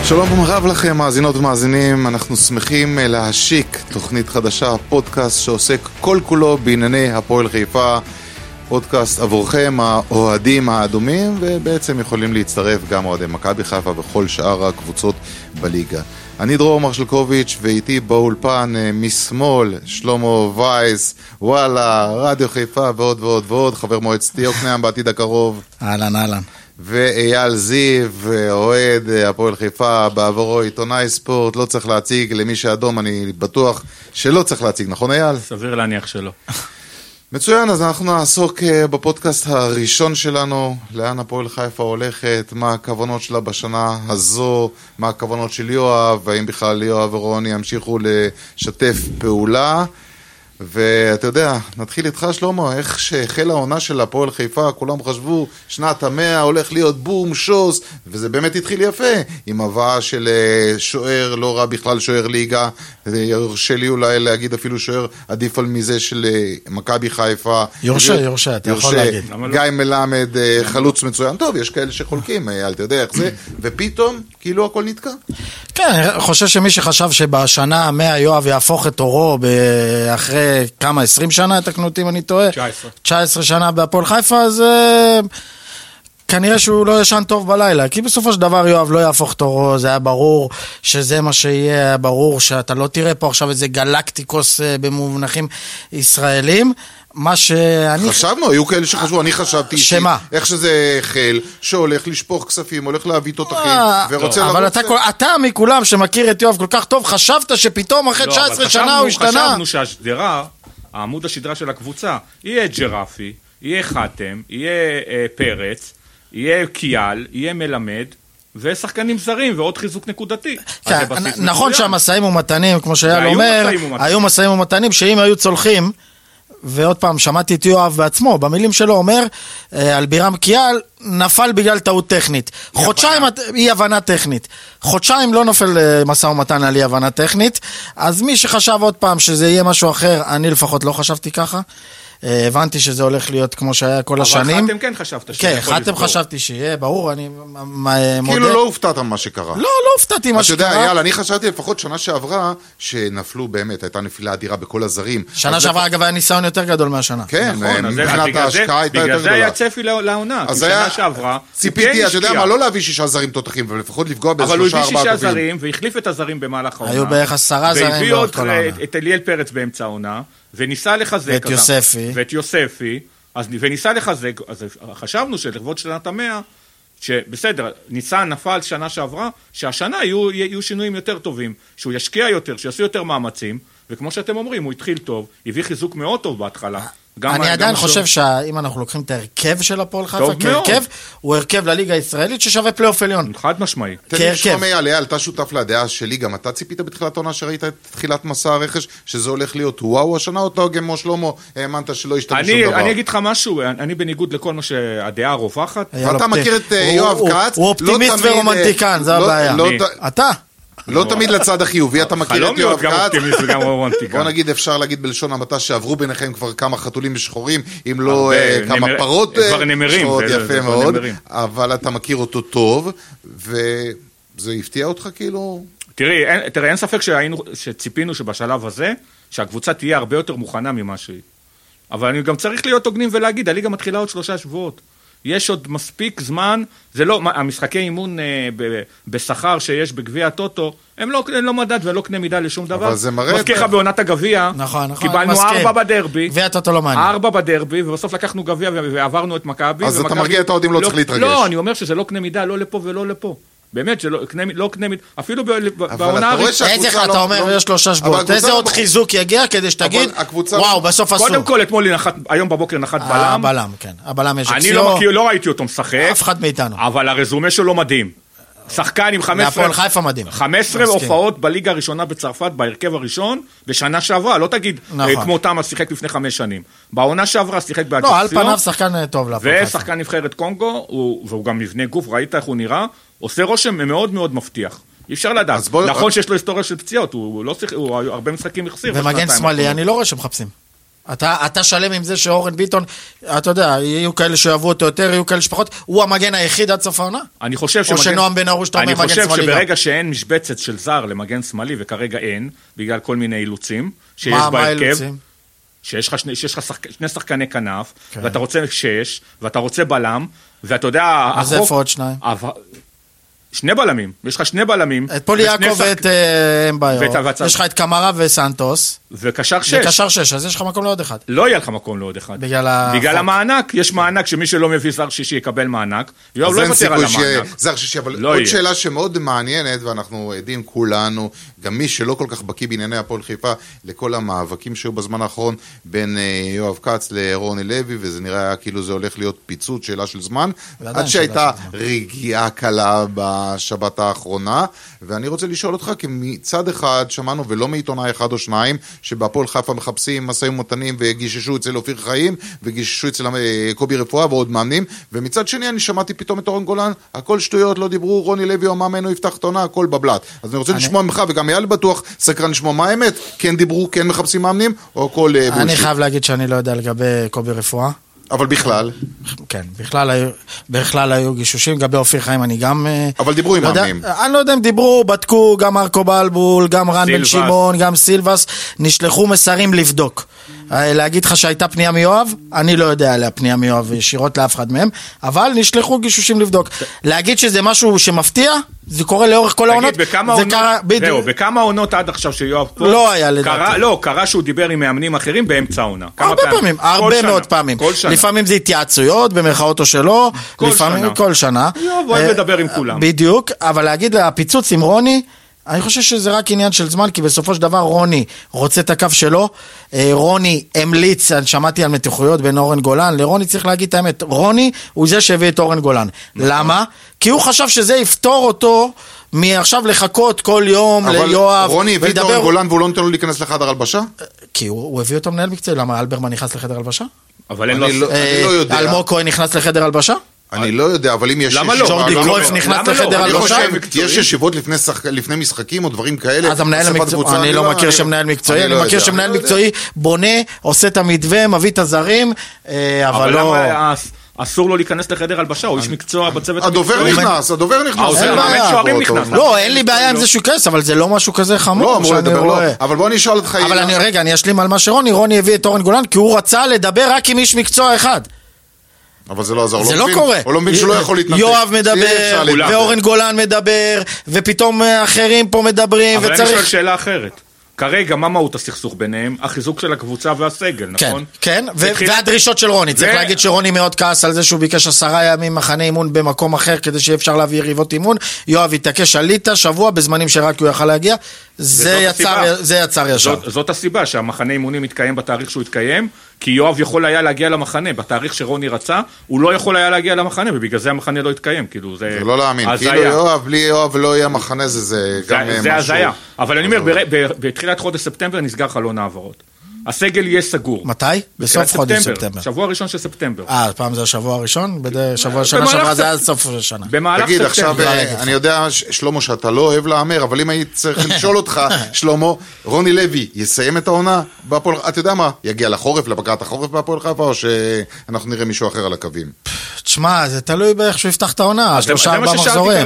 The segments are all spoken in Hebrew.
שלום רב לכם, מאזינות ומאזינים. אנחנו שמחים להשיק תוכנית חדשה, פודקאסט שעוסק כל כולו בענייני הפועל חיפה. פודקאסט עבורכם, האוהדים האדומים, ובעצם יכולים להצטרף גם אוהדי מכבי חיפה וכל שאר הקבוצות בליגה. אני דרור מרשלקוביץ' ואיתי באולפן משמאל שלמה וייס, וואלה, רדיו חיפה ועוד ועוד ועוד, חבר מועצת יוקנעם בעתיד הקרוב. אהלן, אהלן. ואייל זיו, אוהד הפועל חיפה, בעברו עיתונאי ספורט, לא צריך להציג, למי שאדום אני בטוח שלא צריך להציג, נכון אייל? סביר להניח שלא. מצוין, אז אנחנו נעסוק בפודקאסט הראשון שלנו, לאן הפועל חיפה הולכת, מה הכוונות שלה בשנה הזו, מה הכוונות של יואב, והאם בכלל יואב ורוני ימשיכו לשתף פעולה. ואתה יודע, נתחיל איתך שלמה, איך שהחלה העונה של הפועל חיפה, כולם חשבו שנת ה-100 הולך להיות בום, שוס, וזה באמת התחיל יפה, עם הבאה של שוער, לא רע בכלל שוער ליגה, יורשה לי אולי להגיד אפילו שוער עדיף על מזה של מכבי חיפה. יורשה, אתה יכול להגיד. גיא מלמד, חלוץ מצוין, טוב, יש כאלה שחולקים, אתה יודע איך זה, ופתאום, כאילו הכל נתקע. כן, אני חושב שמי שחשב שבשנה ה-100 יואב יהפוך את אורו אחרי כמה, 20 שנה, תקנו אותי אם אני טועה? 19 שנה בהפועל חיפה, אז כנראה שהוא לא ישן טוב בלילה, כי בסופו של דבר יואב לא יהפוך את אורו, זה היה ברור שזה מה שיהיה, ברור שאתה לא תראה פה עכשיו איזה גלקטיקוס במובנחים ישראלים, מה שאני... חשבנו, היו כאלה שחשבו, אני חשבתי שמה? איך שזה החל, שהולך לשפוך כספים, הולך להביא תותחים, ורוצה אבל אתה מכולם שמכיר את יואב כל כך טוב, חשבת שפתאום אחרי 19 שנה הוא השתנה. חשבנו שהשדרה, העמוד השדרה של הקבוצה, יהיה ג'רפי, יהיה חתם, יהיה פרץ, יהיה קיאל, יהיה מלמד, ושחקנים זרים ועוד חיזוק נקודתי. נכון שהמסעים ומתנים, כמו שאייל אומר, היו מסעים ומתנים שאם היו צולחים, ועוד פעם, שמעתי את יואב בעצמו, במילים שלו אומר, על בירם קיאל, נפל בגלל טעות טכנית. חודשיים אי הבנה טכנית. חודשיים לא נופל מסע ומתן על אי הבנה טכנית, אז מי שחשב עוד פעם שזה יהיה משהו אחר, אני לפחות לא חשבתי ככה. הבנתי שזה הולך להיות כמו שהיה כל השנים. אבל חתם כן חשבת שיהיה. כן, חתם חשבתי שיהיה, ברור, אני מודה. כאילו לא הופתעת מה שקרה. לא הופתעתי מה שקרה. אתה יודע, יאללה, אני חשבתי לפחות שנה שעברה, שנפלו באמת, הייתה נפילה אדירה בכל הזרים. שנה שעברה, אגב, היה ניסיון יותר גדול מהשנה. כן, מבחינת ההשקעה הייתה יותר גדולה. בגלל זה היה צפי לעונה, כי שנה שעברה. ציפיתי, אתה יודע מה, לא להביא 6 זרים תותחים, אבל לפחות לפגוע ב3-4 אבל הוא הביא 6 זרים, והחליף את הזרים במהלך העונה. היו בערך 10 זרים. והביא עוד את אליאל פרץ באמצע העונה, וניסה לחזק ואת יוספי, וניסה לחזק, אז חשבנו שלכבוד שנת ה-100, שבסדר, ניסה נפל שנה שעברה, שהשנה יהיו שינויים יותר טובים, שהוא ישקיע יותר, שיעשו יותר מאמצים, וכמו שאתם אומרים, הוא התחיל טוב, הביא חיזוק מאוד טוב בהתחלה. אני עדיין חושב שאם אנחנו לוקחים את ההרכב של הפועל חיפה, כהרכב, הוא הרכב לליגה הישראלית ששווה פלייאוף עליון. חד משמעי. תן לי שומע, אייל, אתה שותף לדעה שלי, גם אתה ציפית בתחילת העונה שראית את תחילת מסע הרכש, שזה הולך להיות וואו השנה, או כמו שלמה, האמנת שלא ישתנה שום דבר? אני אגיד לך משהו, אני בניגוד לכל מה שהדעה הרווחת. ואתה מכיר את יואב כץ, הוא אופטימיסט ורומנטיקן, זה הבעיה. אתה? לא תמיד לצד החיובי, אתה מכיר את יואב כץ. בוא נגיד, אפשר להגיד בלשון המעטה שעברו ביניכם כבר כמה חתולים שחורים, אם לא כמה פרות שחורות, יפה מאוד, אבל אתה מכיר אותו טוב, וזה הפתיע אותך כאילו? תראה, אין ספק שציפינו שבשלב הזה, שהקבוצה תהיה הרבה יותר מוכנה ממה שהיא. אבל אני גם צריך להיות הוגנים ולהגיד, הליגה מתחילה עוד 3 שבועות. יש עוד מספיק זמן, זה לא, המשחקי אימון בשכר שיש בגביע הטוטו, הם לא מדד ולא קנה מידה לשום דבר. אבל זה מראה... מזכירך בעונת הגביע, נכון, קיבלנו 4 בדרבי, גביע הטוטו לא מעניין. 4 בדרבי, ובסוף לקחנו גביע ועברנו את מכבי. אז אתה מרגיע את העודים, לא צריך להתרגש. לא, אני אומר שזה לא קנה מידה, לא לפה ולא לפה. באמת, לא קנה מידה, אפילו בעונה הראשונה. איזה אחד, אתה אומר, יש 3 שבועות, איזה עוד חיזוק יגיע כדי שתגיד, וואו, בסוף עשו. קודם כל, היום בבוקר נחת בלם. הבלם, כן. הבלם יש אני לא ראיתי אותו משחק. אף אחד מאיתנו. אבל הרזומה שלו מדהים. שחקן עם 15 הופעות בליגה הראשונה בצרפת, בהרכב הראשון, בשנה שעברה, לא תגיד כמו תמה שיחק לפני 5 שנים. בעונה שעברה שיחק באקסיון. לא, על פניו שחקן טוב להפועל חיפה. ושחקן נבחרת קונגו, והוא גם מבנה גוף, ראית איך הוא נראה, עושה רושם מאוד מאוד מבטיח. אי אפשר לדעת. נכון שיש לו היסטוריה של פציעות, הוא הרבה משחקים החסיר. ומגן שמאלי, אני לא רואה שמחפשים. אתה שלם עם זה שאורן ביטון, אתה יודע, יהיו כאלה שאוהבו אותו יותר, יהיו כאלה שפחות, הוא המגן היחיד עד סוף העונה? אני חושב או שנועם בן ארוש, אתה אומר מגן שמאלי. אני חושב שברגע שאין משבצת של זר למגן שמאלי, וכרגע אין, בגלל כל מיני אילוצים, שיש בהרכב, שיש לך שני שחקני כנף, ואתה רוצה 6, ואתה רוצה בלם, ואתה יודע... אז איפה עוד 2? שני בלמים, יש לך 2 בלמים. את פול יעקב ואת אמבאיו, יש לך את קמרה וסנטוס. וקשר 6. וקשר 6, אז יש לך מקום לעוד אחד. לא יהיה לך מקום לעוד אחד. בגלל המענק, יש מענק שמי שלא מביא זר שישי יקבל מענק. יואב לא יוותר על המענק. זר שישי, אבל עוד שאלה שמאוד מעניינת, ואנחנו עדים כולנו, גם מי שלא כל כך בקיא בענייני הפועל חיפה, לכל המאבקים שהיו בזמן האחרון, בין יואב כץ לרוני לוי, וזה נראה כאילו זה הולך להיות פיצוץ, שאלה של זמן, עד שהייתה רגיעה קלה בשבת האחרונה, ואני רוצה לשאול אותך, כי מצד אחד שמענו, ולא מעיתונאי אחד או שניים, שבהפועל חיפה מחפשים מסעים ומתנים, וגיששו אצל אופיר חיים, וגיששו אצל קובי רפואה ועוד מאמנים, ומצד שני אני שמעתי פתאום את אורן גולן, הכל שטויות, לא דיברו, רוני לוי או מאמן הוא יפתח תונה, הכל בבלט. אז אני רוצה לשמוע ממך, וגם היה לי בטוח סקרן לשמוע מה האמת, כן דיברו, כן מחפשים מאמנים, או הכל בולשיט. אני חייב להגיד שאני לא יודע לגבי קובי רפואה. אבל בכלל? כן, בכלל היו גישושים, לגבי אופיר חיים אני גם... אבל דיברו עם מאמנים. אני לא יודע אם דיברו, בדקו, גם מרקו בלבול, גם רן בן שמעון, גם סילבס, נשלחו מסרים לבדוק. להגיד לך שהייתה פנייה מיואב, אני לא יודע עליה פנייה מיואב ישירות לאף אחד מהם, אבל נשלחו גישושים לבדוק. להגיד שזה משהו שמפתיע, זה קורה לאורך כל העונות. בכמה עונות עד עכשיו שיואב פה? לא היה לדעתי. לא, קרה שהוא דיבר עם מאמנים אחרים באמצע העונה. הרבה פעמים, הרבה מאוד פעמים. לפעמים זה התייעצויות, במרכאות או שלא, לפעמים כל שנה. יואב אוהב לדבר עם כולם. בדיוק, אבל להגיד הפיצוץ עם רוני, אני חושב שזה רק עניין של זמן, כי בסופו של דבר רוני רוצה את הקו שלו, רוני המליץ, אני שמעתי על מתיחויות בין אורן גולן, לרוני צריך להגיד את האמת, רוני הוא זה שהביא את אורן גולן. למה? כי הוא חשב שזה יפתור אותו מעכשיו לחכות כל יום ליואב. אבל רוני הביא את אורן גולן והוא לא נותן לו להיכנס לחדר הלבשה? כי הוא הביא אותו מנהל מקצועי, למה אלברמן נכנס לחדר הלבשה? אבל אני לא יודע. אלמוג כהן נכנס לחדר הלבשה? אני לא יודע, אבל אם יש... למה לא? ג'ורדי קרויף נכנס לחדר הלבשה? יש ישיבות לפני משחקים או דברים כאלה. אז המנהל המקצועי, אני לא מכיר שמנהל מקצועי, אני מכיר שמנהל מקצועי בונה, עושה את המתווה, מביא את הזרים, אבל לא... אסור לו להיכנס לחדר הלבשה, הוא איש מקצוע בצוות הדובר נכנס. לא, אין לי בעיה עם זה שהוא כנס, אבל זה לא משהו כזה חמור. אבל בוא נשאל אותך... אבל רגע, אני אשלים על מה שרוני הביא את אורן גולן, כי הוא רצה לדבר רק עם איש מקצוע אחד. אבל זה לא עזר, זה לא קורה. הוא לא מבין שהוא לא יכול להתנתק. יואב מדבר, ואורן גולן מדבר, ופתאום אחרים פה מדברים, אבל אני שואל שאלה אחרת. כרגע, מה מהות הסכסוך ביניהם? החיזוק של הקבוצה והסגל, נכון? כן, והדרישות של רוני. צריך להגיד שרוני מאוד כעס על זה שהוא ביקש 10 ימים מחנה אימון במקום אחר, כדי שאפשר להביא יריבות אימון. יואב התעקש עלית שבוע, בזמנים שרק הוא יכל להגיע. זה יצר ישר. זאת הסיבה שהמחנה אימונים מתקיים בתאריך שהוא התקיים, כי יואב יכול היה להגיע למחנה, בתאריך שרוני רצה, הוא לא יכול היה להגיע למחנה, ובגלל זה המחנה לא התקיים, כאילו זה... זה לא להאמין, כאילו יואב, בלי יואב לא יהיה מחנה, זה גם משהו... זה הזיה, אבל אני אומר, בתחילת חודש ספטמבר נסגר חלון העברות. הסגל יהיה סגור. מתי? בסוף חודש ספטמבר. שבוע ראשון של ספטמבר. פעם זה השבוע הראשון? שבוע שנה שעברה זה היה סוף השנה. במהלך ספטמבר. תגיד, עכשיו, אני יודע, שלמה, שאתה לא אוהב להאמר, אבל אם הייתי צריך לשאול אותך, שלמה, רוני לוי יסיים את העונה? אתה יודע מה? יגיע לחורף, לבקרת החורף בהפועל חיפה, או שאנחנו נראה מישהו אחר על הקווים? תשמע, זה תלוי באיך שהוא יפתח את העונה. 3-4 מחזורים.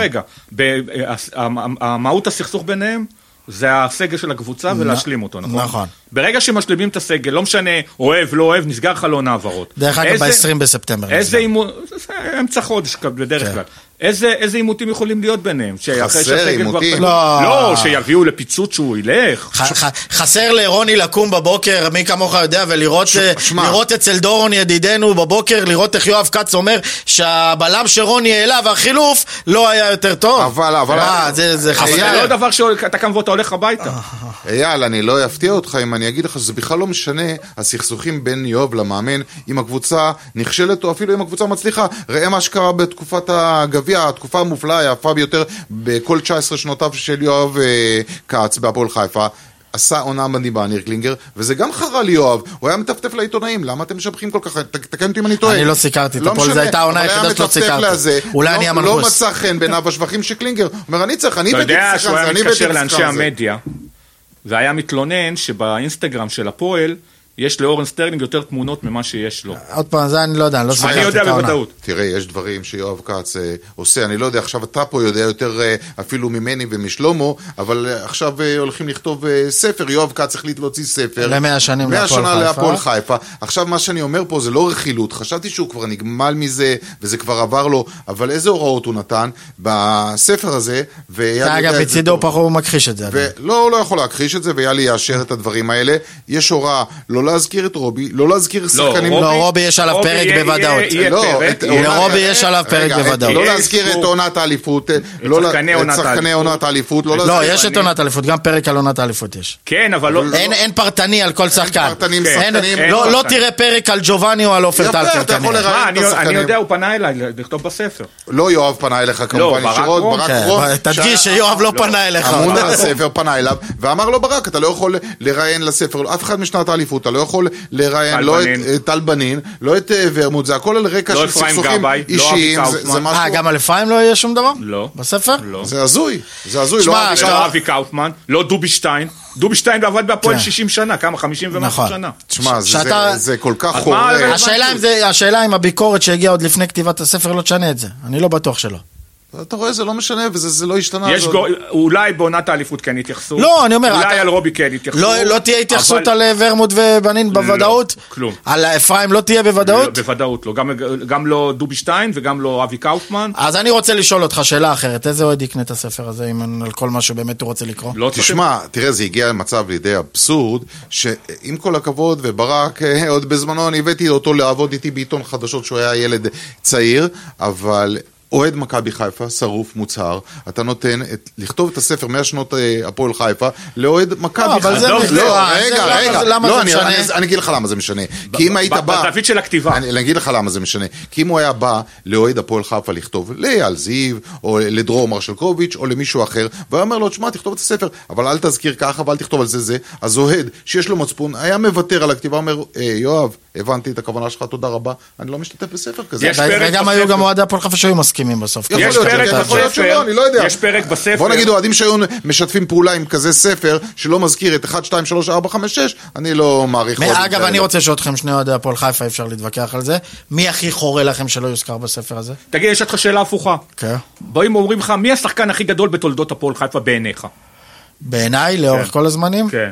המהות הסכסוך ביניהם זה הסגל של הקבוצה ולהשלים אותו, נכון? נכון. ברגע שמשלימים את הסגל, לא משנה, אוהב, לא אוהב, נסגר חלון העברות. דרך אגב, ב-20 בספטמבר. איזה אמצע חודש בדרך כלל. איזה אימותים יכולים להיות ביניהם? חסר אימותים. לא, שיביאו לפיצוץ שהוא ילך. חסר לרוני לקום בבוקר, מי כמוך יודע, ולראות אצל דורון ידידנו בבוקר, לראות איך יואב כץ אומר שהבלם שרוני העלה והחילוף לא היה יותר טוב. אבל זה לא דבר שאתה קם ואתה הולך הביתה. אייל, אני לא אפתיע אותך אם אני אגיד לך שזה בכלל לא משנה הסכסוכים בין יואב למאמן, אם הקבוצה נכשלת או אפילו אם הקבוצה מצליחה. ראה מה שקרה בתקופת הגביע, התקופה המופלאה, היפה ביותר בכל 19 שנותיו של יואב כץ בהפועל חיפה. עשה עונה מדהימה ניר קלינגר, וזה גם חרה לי יואב, הוא היה מטפטף לעיתונאים, למה אתם משבחים כל כך? תקן אותי אם אני טועה. אני לא סיקרתי את הפועל, זו הייתה העונה היחידה שלא סיקרתי. אולי אני המנחוס. לא מצא חן בעיניו השבחים של קלינגר, הוא אומר, אני צריך, אני אתה יודע שהוא היה מתקשר לאנשי המדיה, והיה מתלונן שבאינסטגרם של הפועל, יש לאורן סטרלינג יותר תמונות ממה שיש לו. עוד פעם, זה אני לא יודע, אני לא אני יודע בוודאות. תראה, יש דברים שיואב כץ עושה, אני לא יודע, עכשיו אתה פה יודע יותר אפילו ממני ומשלומו, אבל עכשיו הולכים לכתוב ספר, יואב כץ החליט להוציא ספר. ל100 שנים להפועל חיפה. עכשיו מה שאני אומר פה זה לא רכילות, חשבתי שהוא כבר נגמל מזה, וזה כבר עבר לו, אבל איזה הוראות הוא נתן בספר הזה, אגב, בצידו פחות הוא מכחיש את זה. לא, הוא לא יכול להכחיש את זה, ויאלי יאשר את הדברים האלה. יש הוראה לא להזכיר את רובי, לא להזכיר שחקנים. לא, רובי יש עליו פרק בוודאות. לרובי יש עליו פרק בוודאות. לא להזכיר את עונת האליפות, את שחקני עונת האליפות. לא, יש את עונת האליפות, גם פרק על עונת האליפות יש. כן, אבל לא... אין פרטני על כל שחקן. לא תראה פרק על ג'ובאני או על אופר טלקר. אני יודע, הוא פנה אליי לכתוב בספר. לא יואב פנה אליך כמובן ישירות, ברק רון. תדגיש שיואב לא פנה אליך. אמון על הספר פנה אליו, ואמר לו ברק, אתה לא יכול לראיין לספר, אף אחד משנת האליפות, אתה לא יכול לראיין לא את טל בנין, לא את ורמוט, זה הכל על רקע של סכסוכים אישיים. גם על אפרים לא יהיה שום דבר? לא. בספר? זה הזוי, לא אבי קאופמן, לא דובי שטיין. דובי שטיין עבד בהפועל 60 שנה, כמה? 50 ומשהו שנה. תשמע, זה כל כך חורר. השאלה אם הביקורת שהגיעה עוד לפני כתיבת הספר לא תשנה את זה. אני לא בטוח שלא. אתה רואה, זה לא משנה, וזה לא השתנה. אולי בעונת האליפות כן יתייחסו. לא, אני אומר. אולי על רובי כן יתייחסו. לא תהיה התייחסות על ורמוט ובנין בוודאות? כלום. על אפרים לא תהיה בוודאות? בוודאות, לא. גם לא דובי שטיין וגם לא אבי קאופמן. אז אני רוצה לשאול אותך שאלה אחרת. איזה עוד יקנה את הספר הזה, על כל מה שבאמת הוא רוצה לקרוא? תשמע, תראה, זה הגיע למצב לידי אבסורד, שעם כל הכבוד, וברק, עוד בזמנו אני הבאתי אותו לעבוד איתי בעיתון חדשות שהוא היה ילד צעיר, אבל אוהד מכבי חיפה, שרוף, מוצהר, אתה נותן לכתוב את הספר 100 שנות הפועל חיפה, לאוהד מכבי חיפה. לא, אני אגיד לך למה זה משנה. כי אם היית בא... בזווית של הכתיבה. אני אגיד לך למה זה משנה. כי אם הוא היה בא לאוהד הפועל חיפה לכתוב לאייל זיו, או לדרור מרשלקוביץ', או למישהו אחר, והוא אומר לו, תשמע, תכתוב את הספר, אבל אל תזכיר ככה, ואל תכתוב על זה. אז אוהד שיש לו מצפון, היה מוותר על הכתיבה, אומר, יואב, הבנתי את הכוונה שלך, תודה רבה, אני לא משתתף בספר כזה. וגם היו גם אוהדי הפועל חיפה שהיו מסכימים בסוף. יש פרק בספר. בוא נגיד, אוהדים שהיו משתפים פעולה עם כזה ספר, שלא מזכיר את 1, 2, 3, 4, 5, 6, אני לא מעריך. אגב, אני רוצה שאותכם שני אוהדי הפועל חיפה, אפשר להתווכח על זה. מי הכי חורה לכם שלא יוזכר בספר הזה? תגיד, יש לך שאלה הפוכה. כן. באים אומרים לך, מי השחקן הכי גדול בתולדות הפועל חיפה בעיניך? בעיניי, לאורך כל הזמנים? כן.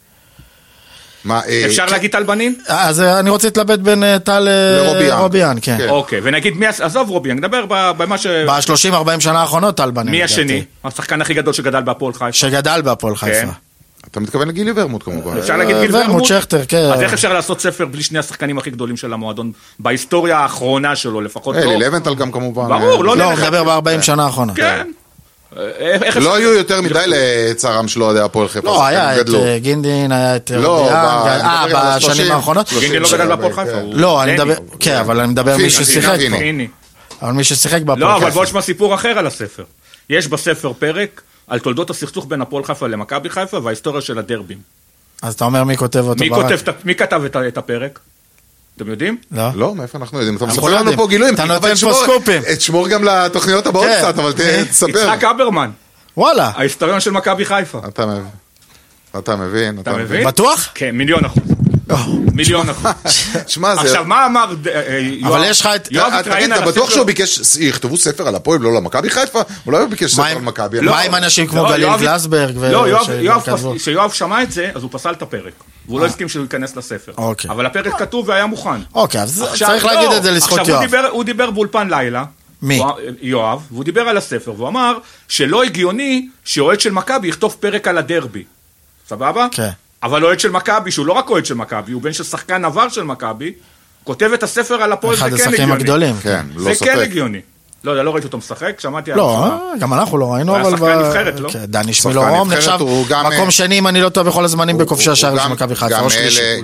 אפשר להגיד טל בנין? אז אני רוצה להתלבט בין טל לרוביאן, כן. אוקיי, ונגיד מי, עזוב רוביאן, נדבר במה ש... ב-30-40 שנה האחרונות טל בנין. מי השני? השחקן הכי גדול שגדל בהפועל חיפה. שגדל בהפועל חיפה. אתה מתכוון לגילי ורמוט כמובן. אפשר להגיד גיל ורמוט, שכטר, כן. אז איך אפשר לעשות ספר בלי שני השחקנים הכי גדולים של המועדון, בהיסטוריה האחרונה שלו לפחות לא? אלי לבנטל גם כמובן. ברור, לא, מדבר ב-40 שנה האחרונה. כן. לא היו יותר מדי לצערם שלא יודע הפועל חיפה. לא, היה את גינדין, היה את רוביאן, בשנים האחרונות. גינדין לא גדל בהפועל חיפה. לא, אני מדבר, כן, אבל אני מדבר מי ששיחק פה. אבל מי ששיחק בהפועל חיפה. לא, אבל בוא נשמע סיפור אחר על הספר. יש בספר פרק על תולדות הסכסוך בין הפועל חיפה למכבי חיפה וההיסטוריה של הדרבים. אז אתה אומר מי כותב אותו? מי כתב את הפרק? אתם יודעים? לא. לא, מאיפה אנחנו יודעים? אתה מספר לנו פה גילויים. אתה נותן פה סקופים. תשמור גם לתוכניות הבאות קצת, אבל תספר. יצחק אברמן. וואלה. ההיסטוריון של מכבי חיפה. אתה מבין. בטוח? כן, 1,000,000%. 1,000,000%. שמע, זה... עכשיו, מה אמר יואב? אבל יש לך את... תגיד, אתה בטוח שהוא ביקש, יכתבו ספר על הפועל, לא למכבי חיפה? אולי הוא ביקש ספר על מכבי. מה עם אנשים כמו גליל גלסברג? לא, כשיואב שמע את זה, אז הוא פסל את הפרק. והוא לא הסכים שהוא ייכנס לספר. אבל הפרק כתוב והיה מוכן. אוקיי, אז צריך להגיד את זה לזכות יואב. עכשיו, הוא דיבר באולפן לילה. מי? יואב, והוא דיבר על הספר, והוא אמר שלא הגיוני שאוהד של מכבי יכתוב פרק על הדרבי. סבבה? כן. אבל אוהד של מכבי, שהוא לא רק אוהד של מכבי, הוא בן של שחקן עבר של מכבי, כותב את הספר על הפועל, זה כן הגיוני. אחד השחקנים הגדולים. כן, זה כן הגיוני. לא ראיתי אותו משחק, שמעתי... לא, גם אנחנו לא ראינו, אבל... הוא היה שחקן נבחרת, לא? דני שמילורום נחשב מקום שני, אם אני לא טועה בכל הזמנים בכובשי השער של מכבי חיפה. הוא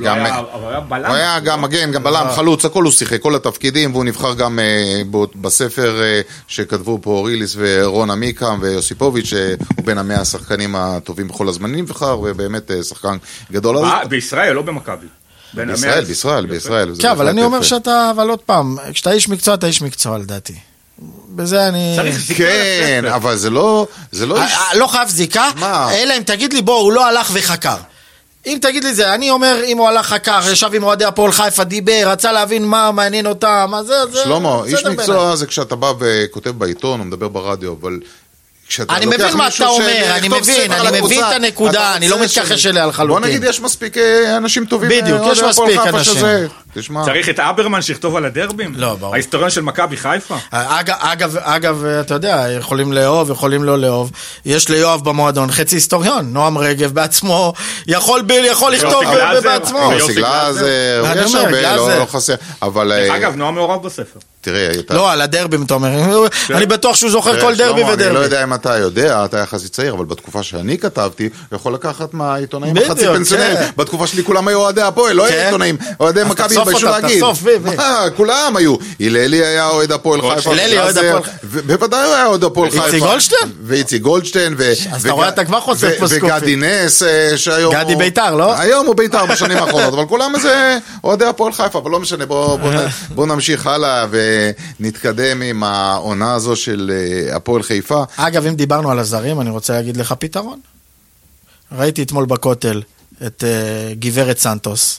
היה גם מגן, גם בלם, חלוץ, הכל הוא שיחק, כל התפקידים, והוא נבחר גם בספר שכתבו פה ריליס ורון עמיקם ויוסיפוביץ', שהוא בין 100 השחקנים הטובים בכל הזמנים נבחר, ובאמת שחקן גדול. בישראל, לא במכבי. בישראל. כן, אבל אני אומר שאתה, אבל עוד פעם, כשאתה איש מקצוע, אתה איש מקצוע, לדעתי. בזה אני... כן, אבל זה לא... לא חייב זיקה, אלא אם תגיד לי, בוא, הוא לא הלך וחקר. אם תגיד לי זה, אני אומר, אם הוא הלך חקר, ישב עם אוהדי הפועל חיפה, דיבר, רצה להבין מה מעניין אותם, מה זה... שלמה, איש מקצוע זה כשאתה בא וכותב בעיתון, או מדבר ברדיו, אבל... אני מבין מה אתה אומר, אני מבין את הנקודה, אני לא מתכחש אליה לחלוטין. בוא נגיד, יש מספיק אנשים טובים. בדיוק, יש מספיק אנשים. צריך את אברמן שיכתוב על הדרבים? לא, ברור. ההיסטוריון של מכבי חיפה? אגב, אתה יודע, יכולים לאהוב, יכולים לא לאהוב. יש ליואב במועדון חצי היסטוריון, נועם רגב בעצמו, יכול לכתוב בעצמו. יוסי גלאזר, יש הרבה, לא חסר. אגב, נועם מעורב בספר. תראה, לא, על הדרבים, אתה אומר. אני בטוח שהוא זוכר כל דרבי ודרבי. אני לא יודע אם אתה יודע, אתה יחסית צעיר, אבל בתקופה שאני כתבתי, יכול לקחת מהעיתונאים החצי פנסיונרים. בתקופה שלי כולם היו אוהדי הפועל, לא היו עיתונאים. אוהדי מכבי התביישו להגיד. כולם היו. היללי היה אוהד הפועל חיפה. היללי אוהד הפועל חיפה. בוודאי הוא היה אוהד הפועל חיפה. איציק גולדשטיין? ואיציק גולדשטיין. אז אתה רואה, אתה כבר חושף פה סקופים. וגדי נס, שהיום... גדי ביתר, לא? היום הוא ביתר בשנים האחרונות, אבל כולם איזה אוהדי הפועל חיפה, אבל לא משנה, בוא נמשיך הלאה ונתקדם עם העונה הזו של הפועל חיפה. אגב, אם דיברנו על הזרים, אני רוצה להגיד לך פתרון. ראיתי אתמול בכותל את גברת סנטוס,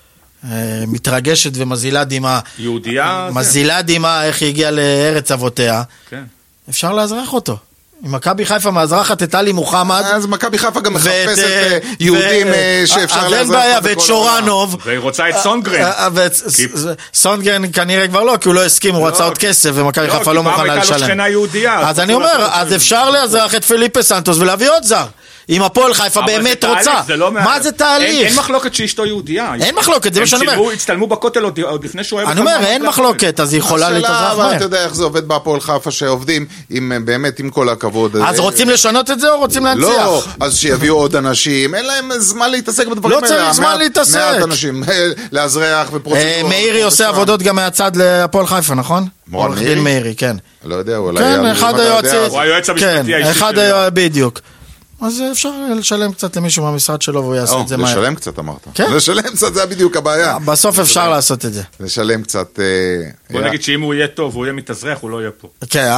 מתרגשת ומזילה דמעה. יהודיה? מזילה דמעה, איך היא הגיעה לארץ אבותיה. כן. אפשר לאזרח אותו. אם מכבי חיפה מאזרחת את אלי מוחמד, אז מכבי חיפה גם מחפשת יהודים שאפשר לאזרח. אז אין בעיה, ואת שורנוב. והיא רוצה את סונגרן. סונגרן כנראה כבר לא, כי הוא לא הסכים, הוא רצה עוד כסף, ומכבי חיפה לא מוכנה לשלם. הייתה לו שכנה יהודיה. אז אני אומר, אז אפשר לאזרח את פיליפה סנטוס ולהביא עוד זר. אם הפועל חיפה באמת רוצה. מה זה תהליך? אין מחלוקת שאשתו יהודיה. אין מחלוקת, זה מה שאני אומר. הם הצטלמו בכותל עוד לפני שהוא היה... אני אומר, אין מחלוקת, אז היא יכולה להתאזרח מהר. אתה יודע איך זה עובד בהפועל חיפה שעובדים, באמת עם כל הכבוד. אז רוצים לשנות את זה או רוצים להנציח? לא, אז שיביאו עוד אנשים, אין להם זמן להתעסק בדברים האלה. לא צריך זמן להתעסק. מעט אנשים, לאזרח ופרוצדורות. מאירי עושה עבודות גם מהצד להפועל חיפה, נכון? עורך דין מאירי, כן. לא יודע, אולי... כן, אחד היועצים. הוא היועץ המשפטי האישי שלו. בדיוק. אז אפשר לשלם קצת למישהו מהמשרד שלו והוא יעשה את זה מהר. לשלם קצת אמרת. כן. לשלם קצת, זה בדיוק הבעיה. בסוף אפשר לעשות את זה. לשלם קצת... בוא נגיד שאם הוא יהיה טוב, הוא יהיה מתאזרח, הוא לא יהיה פה. כן,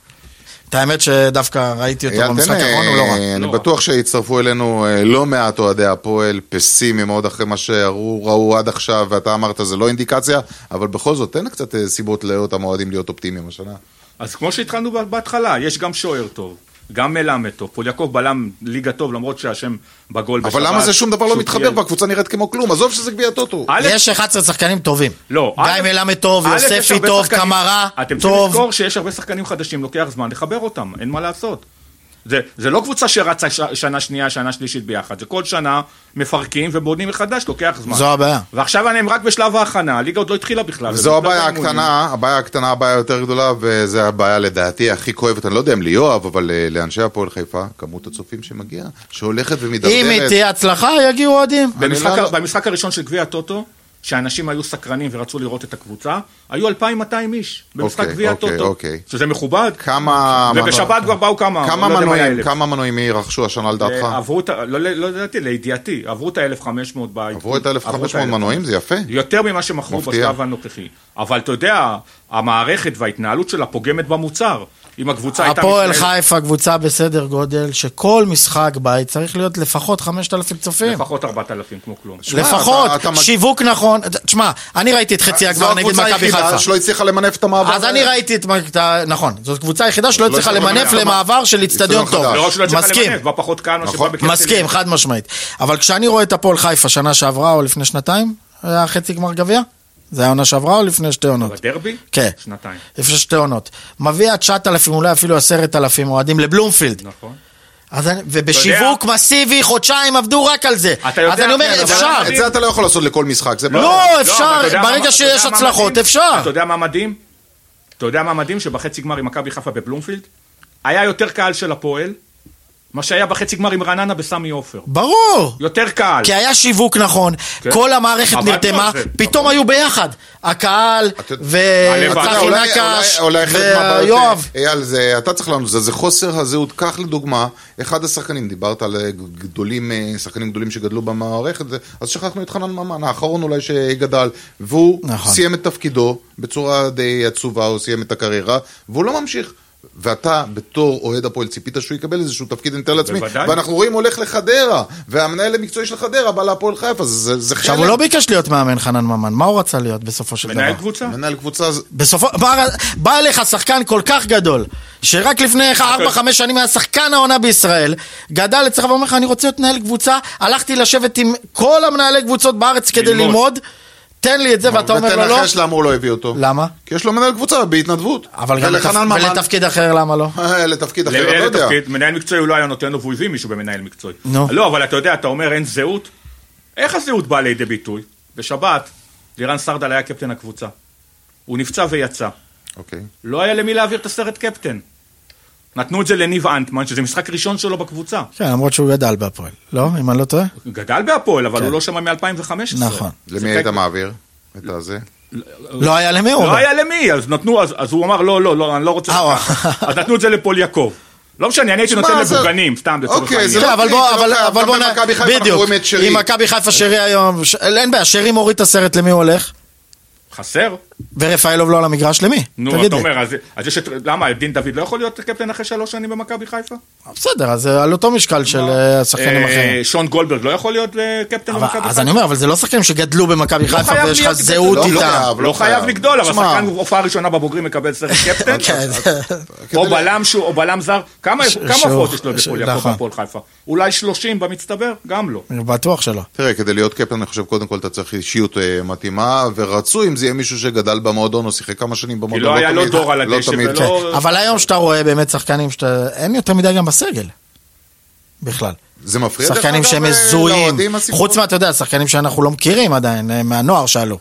את האמת שדווקא ראיתי אותו במשחק האחרון, הוא לא רע. אני בטוח שהצטרפו אלינו לא מעט אוהדי הפועל, פסימיים מאוד אחרי מה שראו עד עכשיו, ואתה אמרת זה לא אינדיקציה, אבל בכל זאת תן קצת סיבות לאותם אוהדים להיות אופטימיים השנה. אז כמו שהתחלנו בהתחלה, יש גם שוער טוב. גם מלמד טוב, פוליאקוב בלם ליגה טוב, למרות שהשם בגול בשבת. אבל למה זה שום דבר לא מתחבר והקבוצה נראית כמו כלום? עזוב שזה גביע טוטו. יש 11 שחקנים טובים. לא. גיא מלמד טוב, יוספי טוב, קמרה טוב. אתם צריכים לזכור שיש הרבה שחקנים חדשים, לוקח זמן לחבר אותם, אין מה לעשות. זה לא קבוצה שרצה שנה שנייה, שנה שלישית ביחד, זה כל שנה מפרקים ובונים מחדש, לוקח זמן. זו הבעיה. ועכשיו הם רק בשלב ההכנה, הליגה עוד לא התחילה בכלל. וזו הבעיה הקטנה, הבעיה היותר גדולה, וזה הבעיה לדעתי הכי כואבת, אני לא יודע אם ליואב, אבל לאנשי הפועל חיפה, כמות הצופים שמגיעה, שהולכת ומדרדרת. אם היא תהיה הצלחה, יגיעו אוהדים. במשחק הראשון של גביע הטוטו, שאנשים היו סקרנים ורצו לראות את הקבוצה, היו 2,200 איש במשחק גביע הטוטו, שזה מכובד, ובשבת כבר באו כמה מנויים רכשו השנה לדעתך? לא ידעתי, לידיעתי, עברו את ה-1,500 בית. עברו את ה-1,500 מנויים, זה יפה. יותר ממה שמכרו בשלב הנוכחי. אבל אתה יודע, המערכת וההתנהלות שלה פוגמת במוצר. אם הקבוצה הייתה... הפועל חיפה קבוצה בסדר גודל, שכל משחק בית צריך להיות לפחות 5,000 צופים. לפחות 4,000 כמו כלום. לפחות, שיווק נכון. תשמע, אני ראיתי את חצי הגמר נגד מכבי חיפה. זו הקבוצה היחידה שלא הצליחה למנף את המעבר. אז אני ראיתי את... נכון, זו קבוצה היחידה שלא הצליחה למנף למעבר של אצטדיון טוב. מסכים. מסכים, חד משמעית. אבל כשאני רואה את הפועל חיפה שנה שעברה או לפני שנתיים, היה חצי גמר גביע? זה היה עונה שעברה או לפני 2 עונות? בדרבי? כן. שנתיים. לפני 2 עונות. מביא 9,000, אולי אפילו 10,000 אוהדים לבלומפילד. נכון. ובשיווק מסיבי, חודשיים עבדו רק על זה. אז אני אומר, אפשר. את זה אתה לא יכול לעשות לכל משחק. לא, אפשר. ברגע שיש הצלחות, אפשר. אתה יודע מה מדהים? אתה יודע מה מדהים? שבחצי גמר עם מכבי חיפה בבלומפילד, היה יותר קהל של הפועל, מה שהיה בחצי גמר עם רעננה בסמי עופר. ברור. יותר קהל. כי היה שיווק נכון, כל המערכת נרתמה, פתאום היו ביחד. הקהל וצחי נקש ויואב. אייל, אתה צריך לענות, זה חוסר הזהות. כך לדוגמה, אחד השחקנים, דיברת על שחקנים גדולים שגדלו במערכת, אז שכחנו את חנן ממן, האחרון אולי שגדל, והוא סיים את תפקידו בצורה די עצובה, הוא סיים את הקריירה, והוא לא ממשיך. ואתה בתור אוהד הפועל ציפית שהוא יקבל איזשהו תפקיד, אני מתאר לעצמי, ואנחנו רואים הולך לחדרה, והמנהל המקצועי של חדרה בא להפועל חיפה, זה חלק. עכשיו הוא לא ביקש להיות מאמן חנן ממן, מה הוא רצה להיות בסופו של דבר? מנהל קבוצה. מנהל קבוצה. בא אליך שחקן כל כך גדול, שרק לפני 4-5 שנים היה שחקן העונה בישראל, גדל אצלך ואומר לך, אני רוצה להיות מנהל קבוצה, הלכתי לשבת עם כל המנהלי קבוצות בארץ כדי ללמוד, תן לי את זה, ואתה אומר לו לא. ותנחש למה הוא לא הביא אותו. למה? כי יש לו מנהל קבוצה בהתנדבות. אבל גם ולתפקיד אחר, למה לא? לתפקיד אחר, לא יודע. מנהל מקצועי הוא לא היה נותן לו, והוא הביא מישהו במנהל מקצועי. לא, אבל אתה יודע, אתה אומר אין זהות. איך הזהות באה לידי ביטוי? בשבת, לירן סרדל היה קפטן הקבוצה. הוא נפצע ויצא. אוקיי. לא היה למי להעביר את הסרט קפטן. נתנו את זה לניב אנטמן, שזה משחק ראשון שלו בקבוצה. כן, למרות שהוא גדל בהפועל. לא? אם אני לא טועה? גדל בהפועל, אבל הוא לא שמע מ-2015. נכון. למי היית מעביר את הזה? לא היה למי הוא? לא היה למי, אז נתנו, אז הוא אמר, לא, אני לא רוצה. אז נתנו את זה לפול יעקב. לא משנה, אני הייתי נותן לבוגנים, סתם לצורך העניין. אבל בוא בדיוק, עם מכבי חיפה שרי היום, אין בעיה, שרי מוריד את הסרט, למי הוא הולך? חסר. ורפאלוב לא על המגרש, למי? נו, אתה אומר, אז יש, למה, דין דוד לא יכול להיות קפטן אחרי 3 שנים במכבי חיפה? בסדר, אז על אותו משקל של השחקנים אחרים. שון גולדברג לא יכול להיות קפטן במכבי חיפה? אז אני אומר, אבל זה לא שחקנים שגדלו במכבי חיפה ויש לך זהות איתם. לא חייב לגדול, אבל שחקן הופעה ראשונה בבוגרים מקבל סרט קפטן, או בלם זר, כמה הופעות יש לו בפועל חיפה? אולי 30 במצטבר? גם לא. אני בטוח שלא. תראה, כדי להיות קפטן, אני חושב, קודם כל אתה צריך אישיות מתאימה, ורצו אם זה יהיה מישהו שגדל במועדון או שיחק כמה שנים במועדון. כי לא היה לו דור על הדשא ולא... אבל היום שאתה רואה באמת שחקנים אין יותר מדי גם בסגל. בכלל. זה מפריע שחקנים שהם מזוהים. חוץ מה, אתה יודע, שחקנים שאנחנו לא מכירים עדיין, מהנוער שאלו.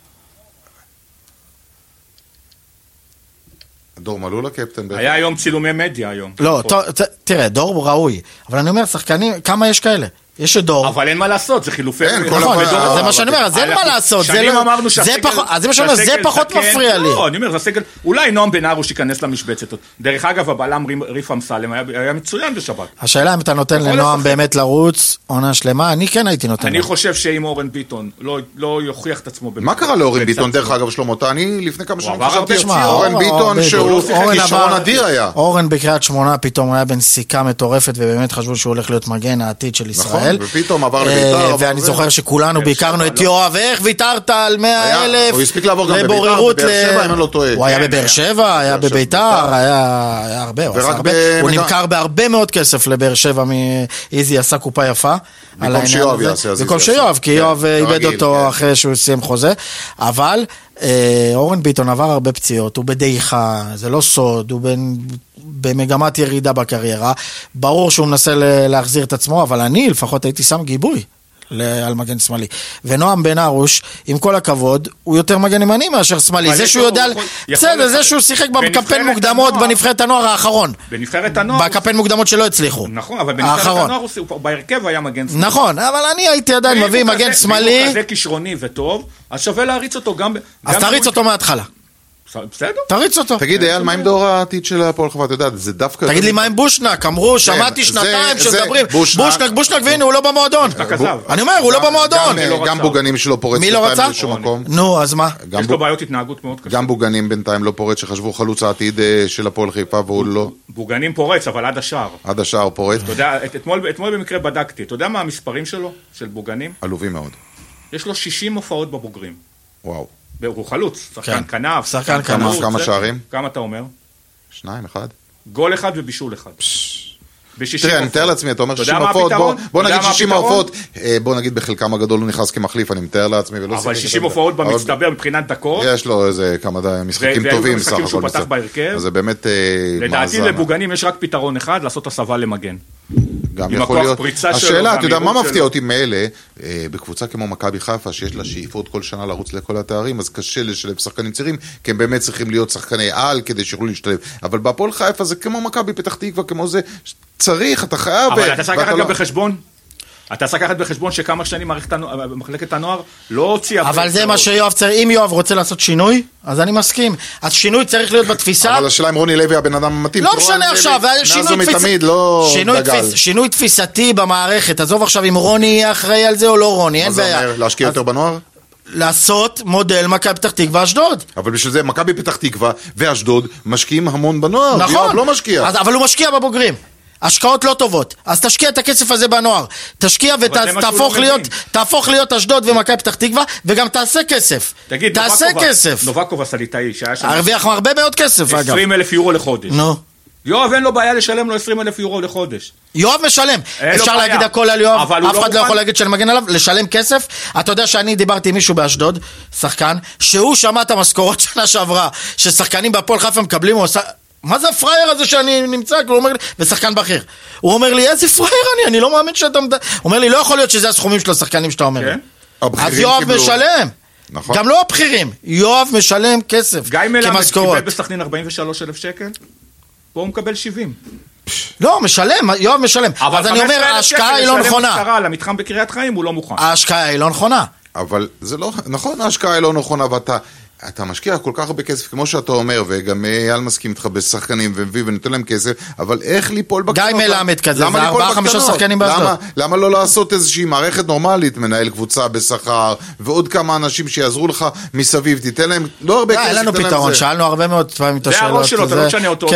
דור מלול הקפטן. היה היום צילומי מדיה היום. לא, תראה, דור ראוי. אבל אני אומר, שחקנים, כמה יש כאלה? יש דור. אבל אין מה לעשות, זה חילופי... נכון, זה מה שאני אומר, אז אין מה לעשות. שנים אמרנו שהסגל... אז זה מה שאני אומר, זה פחות מפריע לי. לא, אני אומר, זה הסגל... אולי נועם בן ארוש ייכנס למשבצת. דרך אגב, הבלם ריף אמסלם היה מצוין בשבת. השאלה אם אתה נותן לנועם באמת לרוץ עונה שלמה, אני כן הייתי נותן. אני חושב שאם אורן ביטון לא יוכיח את עצמו... מה קרה לאורן ביטון, דרך אגב, שלמה? אני לפני כמה שנים חשבתי אורן ביטון שהוא כישרון אדיר היה. אורן בקריית שמונה פתאום היה בנסיכה מטורפת, ובאמת חשבו שהוא הולך להיות מגן העתיד של ישראל. ופתאום עבר לביתר. ואני זוכר שכולנו ביקרנו את יואב, איך ויתרת על 100,000 הוא הספיק לעבור גם בביתר, בבאר שבע, אם אני לא טועה. הוא היה בבאר שבע, היה בביתר, היה הרבה, הוא נמכר בהרבה מאוד כסף לבאר שבע, מאיזי עשה קופה יפה. במקום שיואב יעשה. במקום שיואב, כי יואב איבד אותו אחרי שהוא סיים חוזה, אבל אורן ביטון עבר הרבה פציעות, הוא בדעיכה, זה לא סוד, הוא במגמת ירידה בקריירה, ברור שהוא מנסה להחזיר את עצמו, אבל אני לפחות הייתי שם גיבוי על מגן שמאלי. ונועם בן ארוש, עם כל הכבוד, הוא יותר מגן ימני מאשר שמאלי. זה שהוא יודע, בסדר, זה שהוא שיחק בקמפיין מוקדמות בנבחרת הנוער האחרון. בנבחרת הנוער. בקמפיין מוקדמות שלא הצליחו. נכון, אבל בנבחרת הנוער הוא בהרכב היה מגן שמאלי. נכון, אבל אני הייתי עדיין מביא מגן שמאלי. הוא כזה כישרוני וטוב, אז שווה להריץ אותו גם... אז תריץ אותו מההתחלה. בסדר? תריץ אותו. תגיד, אייל, מה עם דור העתיד של הפועל חיפה? אתה יודע, זה דווקא... תגיד לי, מה עם בושנק? אמרו, שמעתי שנתיים שמדברים. בושנק, והנה, הוא לא במועדון. אני אומר, הוא לא במועדון. גם בוגנים שלו פורץ בינתיים לשום מקום. נו, אז מה? יש לו בעיות התנהגות מאוד קשה. גם בוגנים בינתיים לא פורץ, שחשבו חלוץ העתיד של הפועל חיפה, והוא לא... בוגנים פורץ, אבל עד השאר. עד השאר פורץ. אתה יודע, אתמול במקרה בדקתי. אתה יודע מה המספרים שלו, של בוגנים? עלובים מאוד. יש לו 60 הופעות בבוגרים. וואו. הוא חלוץ, שחקן כנף. שחקן כנף. כמה שערים? כמה אתה אומר? 2, 1. גול 1 ובישול 1. תראה, אני מתאר לעצמי, אתה אומר 60 הופעות, בוא נגיד 60 הופעות, בוא נגיד בחלקם הגדול הוא נכנס כמחליף, אני מתאר לעצמי. אבל 60 הופעות במצטבר מבחינת דקות. יש לו איזה כמה משחקים טובים סך הכל. שהוא פתח בהרכב. אז זה באמת לדעתי לבוגנים יש רק פתרון אחד, לעשות הסבה למגן. גם יכול להיות. השאלה, אתה יודע, מה מפתיע אותי מאלה, בקבוצה כמו מכבי חיפה, שיש לה שאיפות כל שנה לרוץ לכל התארים, אז קשה לשלב שחקנים צעירים, כי הם באמת צריכים להיות שחקני על, כדי שיוכלו להשתלב. אבל בהפועל חיפה זה כמו מכבי פתח תקווה, כמו זה, צריך, אתה חייב... אבל אתה צריך לקחת גם בחשבון. אתה צריך לקחת בחשבון שכמה שנים מחלקת הנוער לא הוציאה... אבל זה מה שיואב צריך, אם יואב רוצה לעשות שינוי, אז אני מסכים. אז שינוי צריך להיות בתפיסה... אבל השאלה אם רוני לוי הבן אדם המתאים. לא משנה עכשיו, שינוי תפיסתי במערכת. עזוב עכשיו אם רוני יהיה אחראי על זה או לא רוני, אין בעיה. מה זה אומר? להשקיע יותר בנוער? לעשות מודל מכבי פתח תקווה אשדוד. אבל בשביל זה מכבי פתח תקווה ואשדוד משקיעים המון בנוער. נכון. לא משקיע. אבל הוא משקיע בבוגרים. השקעות לא טובות. אז תשקיע את הכסף הזה בנוער. תשקיע ותהפוך להיות אשדוד ומכבי פתח תקווה, וגם תעשה כסף. תגיד, תעשה כסף. נובקוב הסליטאי, שהיה שם... הרוויח הרבה מאוד כסף, אגב. 20,000 יורו לחודש. נו. יואב אין לו בעיה לשלם לו 20,000 יורו לחודש. יואב משלם. אפשר להגיד הכל על יואב, אף אחד לא יכול להגיד שאני מגן עליו, לשלם כסף. אתה יודע שאני דיברתי עם מישהו באשדוד, שחקן, שהוא שמע את המשכורות שנה שעברה, ששחקנים בהפועל חיפה מקבלים, הוא עושה... מה זה הפרייר הזה שאני נמצא? הוא אומר לי, ושחקן בכיר. הוא אומר לי, איזה פרייר אני לא מאמין שאתה... הוא אומר לי, לא יכול להיות שזה הסכומים של השחקנים שאתה אומר. אז יואב משלם. גם לא הבכירים. יואב משלם כסף. גיא מלמד קיבל בסכנין 43,000 שקל, פה הוא מקבל 70. לא, משלם, יואב משלם. אז אני אומר, ההשקעה היא לא נכונה. אבל למתחם בקריית חיים הוא לא מוכן. ההשקעה היא לא נכונה. אבל זה לא, נכון, ההשקעה היא לא נכונה, אתה משקיע כל כך הרבה כסף, כמו שאתה אומר, וגם אייל מסכים איתך בשחקנים, ונותן להם כסף, אבל איך ליפול בקטנות? גיא מלמד כזה, זה 4-5 שחקנים באשדוד. למה לא לעשות איזושהי מערכת נורמלית, מנהל קבוצה בשכר, ועוד כמה אנשים שיעזרו לך מסביב, תיתן להם, לא הרבה כסף. אין לנו פתרון, שאלנו הרבה מאוד פעמים את השאלות. זה הראש שלו, אתה לא תשנה אותו,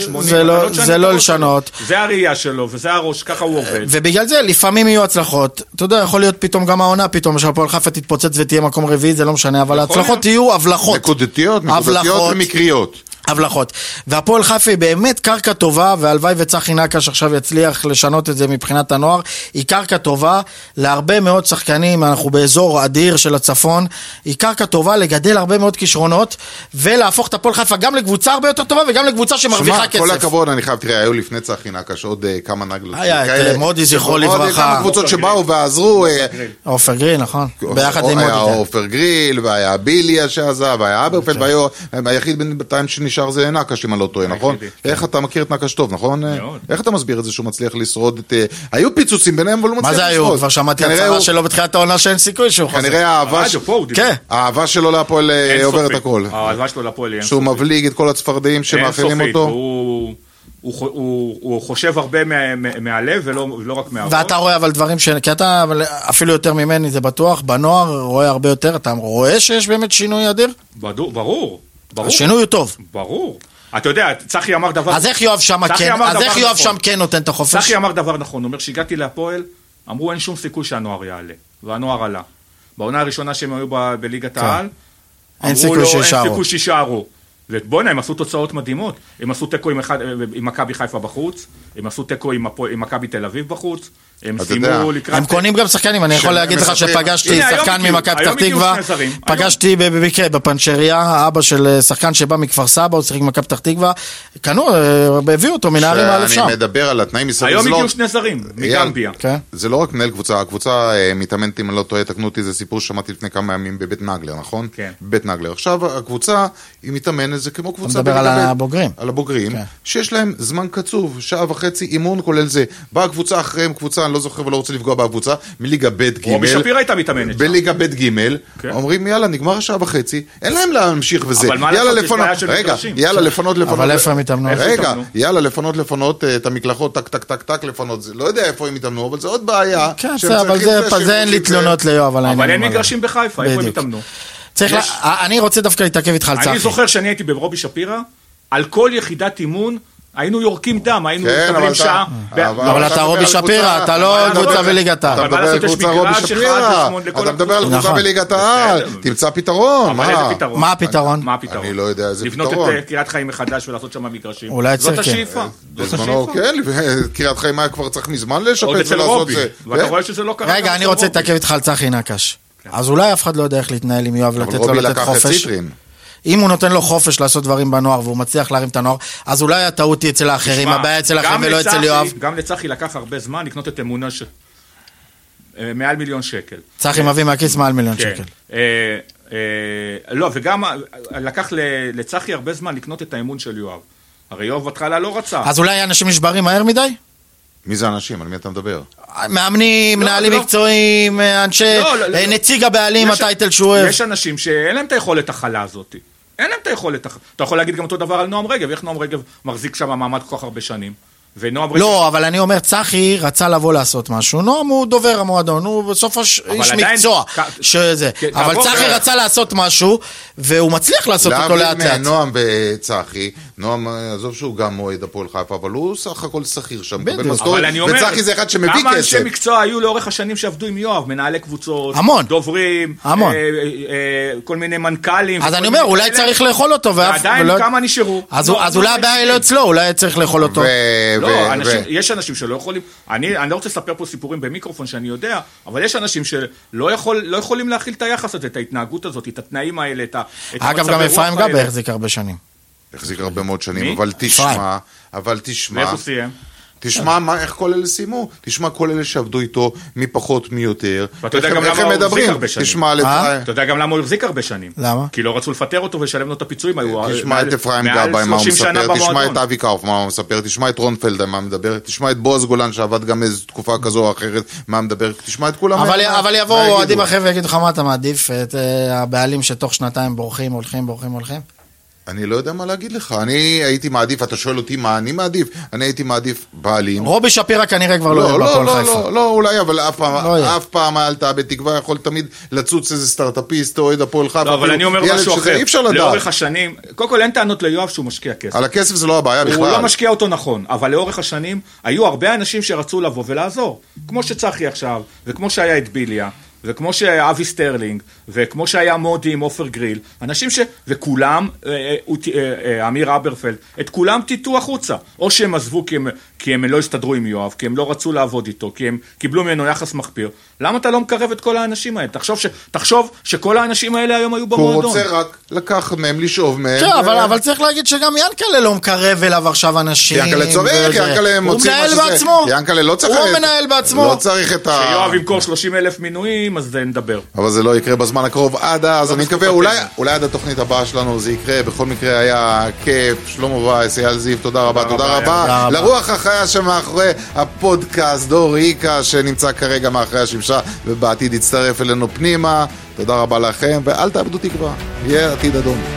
זה לא לשנות. זה הראייה שלו, וזה הראש, ככה הוא עובד. ובגלל זה, לפעמים יהיו הצלחות. אתה יודע, יכול להיות פתאום גם העונה, פתאום שהפועל חיפה תתפוצץ ותהיה מקום רביעי, זה לא משנה, אבל ההצלחות יהיו הבלחות. נקודתיות ומקריות. הבלחות. והפועל חיפה היא באמת קרקע טובה, והלוואי וצחי נקש עכשיו יצליח לשנות את זה מבחינת הנוער, היא קרקע טובה להרבה מאוד שחקנים, אנחנו באזור אדיר של הצפון, היא קרקע טובה לגדל הרבה מאוד כישרונות, ולהפוך את הפועל חיפה גם לקבוצה הרבה יותר טובה, וגם לקבוצה שמרוויחה כסף. כל הכבוד, אני חייב, תראה, היו לפני צחי נקש עוד כמה נגלות. היה, מודי זכרו לברכה. כמה קבוצות שבאו ועזרו. עופר גריל, נכון. ביחד עם מודי. היה עופר גריל, והיה ביליה שעזב, והיה אברפלד, והיחיד בינתיים שנשאר זה נקש, אם אני לא טועה, נכון? איך אתה מכיר את נקש טוב, נכון? איך אתה מסביר את זה שהוא מצליח לשרוד את... היו פיצוצים ביניהם, אבל הוא מצליח לשרוד. מה זה היו? כבר שמעתי הצהרה שלו בתחילת העונה שאין סיכוי שהוא חוזר. כנראה האהבה שלו להפועל עוברת הכל. האהבה שלו להפועל שהוא מבליג את כל הצפרדעים שמאכילים אותו. הוא חושב הרבה מהלב ולא רק מהראש. ואתה רואה אבל דברים כי אתה אפילו יותר ממני זה בטוח, בנוער רואה הרבה יותר, אתה רואה שיש באמת שינוי אדיר? ברור. השינוי הוא טוב. ברור. אתה יודע, צחי אמר דבר... אז איך יואב שם כן נותן את החופש? צחי אמר דבר נכון, הוא אומר שהגעתי להפועל, אמרו אין שום סיכוי שהנוער יעלה, והנוער עלה. בעונה הראשונה שהם היו בליגת העל, אמרו לו אין סיכוי שישארו. ובוא'נה, הם עשו תוצאות מדהימות. הם עשו תיקו עם מכבי חיפה בחוץ, הם עשו תיקו עם מכבי תל אביב בחוץ, הם סיימו לקראת... הם קונים גם שחקנים, אני יכול להגיד לך שפגשתי שחקן ממכבי פתח תקווה, פגשתי במקרה בפנצ'ריה, אבא של שחקן שבא מכפר סבא, הוא שיחק במכבי פתח תקווה, קנו, הביאו אותו מנהרים א' שם. אני מדבר על התנאים מסביב. היום הגיעו שני זרים, מגמביה. זה לא רק מנהל קבוצה, הקבוצה מתאמנת, אם אני לא טועה, תקנו אותי, זה סיפור ששמעתי לפני כמה ימים בבית נגלר, נכון? כן. בבית נגלר. עכשיו הקבוצה, היא מתאמנת, זה כמו קבוצה... מדבר על הבוגרים. על הבוגרים, שיש להם זמן קצוב, שעה וחצי אימון כולל זה. באה קבוצה אחריהם, קבוצה, אני לא זוכר ולא רוצה לפגוע בקבוצה, מליגה ב' ג' רובי שפירא הייתה מתאמנת. בליגה ב' ג' אומרים יאללה, נגמר השעה וחצי, אין להם להמשיך וזה. אבל מה לעשות, יש בעיה של מגרשים. יאללה, לפנות. אבל איפה הם מתאמנו? רגע, יאללה, לפנות את המקלחות, טק, לפנות. לא יודע איפה הם מתאמנו, אבל זה עוד בעיה. כן, אבל זה אין לי תלונות ליואב. אבל אין מגרשים בחיפה, איפה הם מתאמנו? אני רוצה דווקא להתעכב איתך על צחי. אני זוכר שאני הייתי ברובי שפירא, על כל יחידת אימון, היינו יורקים דם, היינו מקבלים שעה. אבל אתה רובי שפירא, אתה לא קבוצה בליגת העל. אתה מדבר על קבוצה רובי שפירא, אתה מדבר על קבוצה בליגת העל, תמצא פתרון. מה הפתרון? אני לא יודע איזה פתרון. לבנות את קריית חיים מחדש ולעשות שם מגרשים. זאת השאיפה. בזמנו, כן, קריית חיים היה כבר צריך מזמן לשפץ ולעשות זה. ואתה רואה שזה לא קרה. רגע, אני רוצה להתעכב איתך על צחי נקש. אז אולי אף אחד לא יודע איך להתנהל עם יואב, לתת לו לתת חופש. אם הוא נותן לו חופש לעשות דברים בנוער, והוא מצליח להרים את הנוער, אז אולי הטעות היא אצל האחרים, הבעיה אצל האחרים ולא אצל יואב. גם לצחי לקח הרבה זמן לקנות את אמונה מעל מיליון שקל. צחי מביא מהכיס מעל מיליון שקל. לא, וגם לקח לצחי הרבה זמן לקנות את האמון של יואב. הרי יואב בהתחלה לא רצה. אז אולי אנשים נשברים מהר מדי? מי זה אנשים? על מי אתה מדבר? מאמנים, מנהלים מקצועיים, אנשי, נציג הבעלים, הטייטל שהוא אוהב. יש אנשים שאין להם את היכולת החלה הזאת. אין להם את היכולת. אתה יכול להגיד גם אותו דבר על נועם רגב, איך נועם רגב מחזיק שם מעמד כל כך הרבה שנים. לא, אבל אני אומר, צחי רצה לבוא לעשות משהו, נועם הוא דובר המועדון, הוא בסוף איש מקצוע, אבל צחי רצה לעשות משהו, והוא מצליח לעשות אותו לאט לאט. נועם וצחי, נועם, עזוב שהוא גם מועד הפועל חיפה, אבל הוא סך הכל שכיר שם, וצחי זה אחד שמביא כסף. כמה אנשי מקצוע היו לאורך השנים שעבדו עם יואב, מנהלי קבוצות, דוברים, כל מיני מנכ"לים. אז אני אומר, אולי צריך לאכול אותו, ועדיין כמה נשארו. אז אולי הבעיה לא אצלו, אולי צריך לאכול אותו. לא, יש אנשים שלא יכולים, אני לא רוצה לספר פה סיפורים במיקרופון שאני יודע, אבל יש אנשים שלא יכולים להכיל את היחס הזה, את ההתנהגות הזאת, את התנאים האלה, את אגב, גם אפרים גבי החזיק הרבה שנים. החזיק הרבה מאוד שנים, אבל תשמע, מאיפה סיים? תשמע איך כל אלה סיימו, תשמע כל אלה שעבדו איתו מפחות מיותר, ואתה יודע גם למה הוא החזיק הרבה שנים. אתה יודע גם למה הוא החזיק הרבה שנים. למה? כי לא רצו לפטר אותו ולשלם לו את הפיצויים. תשמע את אפרים גבאי מה הוא מספר, תשמע את אבי קאופמן מה הוא מספר, תשמע את רון פלדה מה מדבר, תשמע את בועז גולן שעבד גם איזו תקופה כזו או אחרת מה מדבר, תשמע את כולם. אבל יבואו אוהדים אחרים ויגידו לך מה אתה מעדיף, את הבעלים שתוך שנתיים בורחים, הולכים. אני לא יודע מה להגיד לך, אני הייתי מעדיף, אתה שואל אותי מה אני מעדיף, אני הייתי מעדיף בעלים. רובי שפירא כנראה כבר לא בפועל חיפה. לא, אולי, אבל אף פעם אתה בתקווה יכול תמיד לצוץ איזה סטארט-אפיסט או אוהד הפועל חיפה. לא, אבל אני אומר משהו אחר, לאורך השנים, קודם כל אין טענות ליואב שהוא משקיע כסף. על הכסף זה לא הבעיה בכלל. הוא לא משקיע אותו נכון, אבל לאורך השנים היו הרבה אנשים שרצו לבוא ולעזור, כמו שצחי עכשיו, וכמו שהיה את ביליה. וכמו שאבי סטרלינג, וכמו שהיה מודי עם אופר גריל, אנשים וכולם, אמיר אברפלד, את כולם טיטו החוצה, או שהם עזבו כי הם לא הסתדרו עם יואב, כי הם לא רצו לעבוד איתו, כי הם קיבלו ממנו יחס מחפיר. למה אתה לא מקרב את כל האנשים האלה? תחשוב שכל האנשים האלה היום היו במועדון. הוא רוצה רק לקחת מהם, לשאוב מהם. אבל צריך להגיד שגם ינקלה לא מקרב אליו עכשיו אנשים. ינקלה צורך, ינקלה מוציא מה שזה. ינקלה לא צריך. הוא מנהל בעצמו. לא צריך את שיואב ימכור 30,000 מינויים, אז נדבר. אבל זה לא יקרה בזמן הקרוב עד אז, אני מקווה, אולי עד התוכנית הבאה שלנו זה יקרה, בכל מקרה היה כיף, שלמה וייס, אייל זיו, תודה רבה, לרוח החיה שמאחורי הפודקאסט, דור איקה שנמצא כרגע מאחורי השמשה, ובעתיד יצטרף אלינו פנימה, תודה רבה לכם, ואל תאבדו תקווה, יהיה עתיד אדום.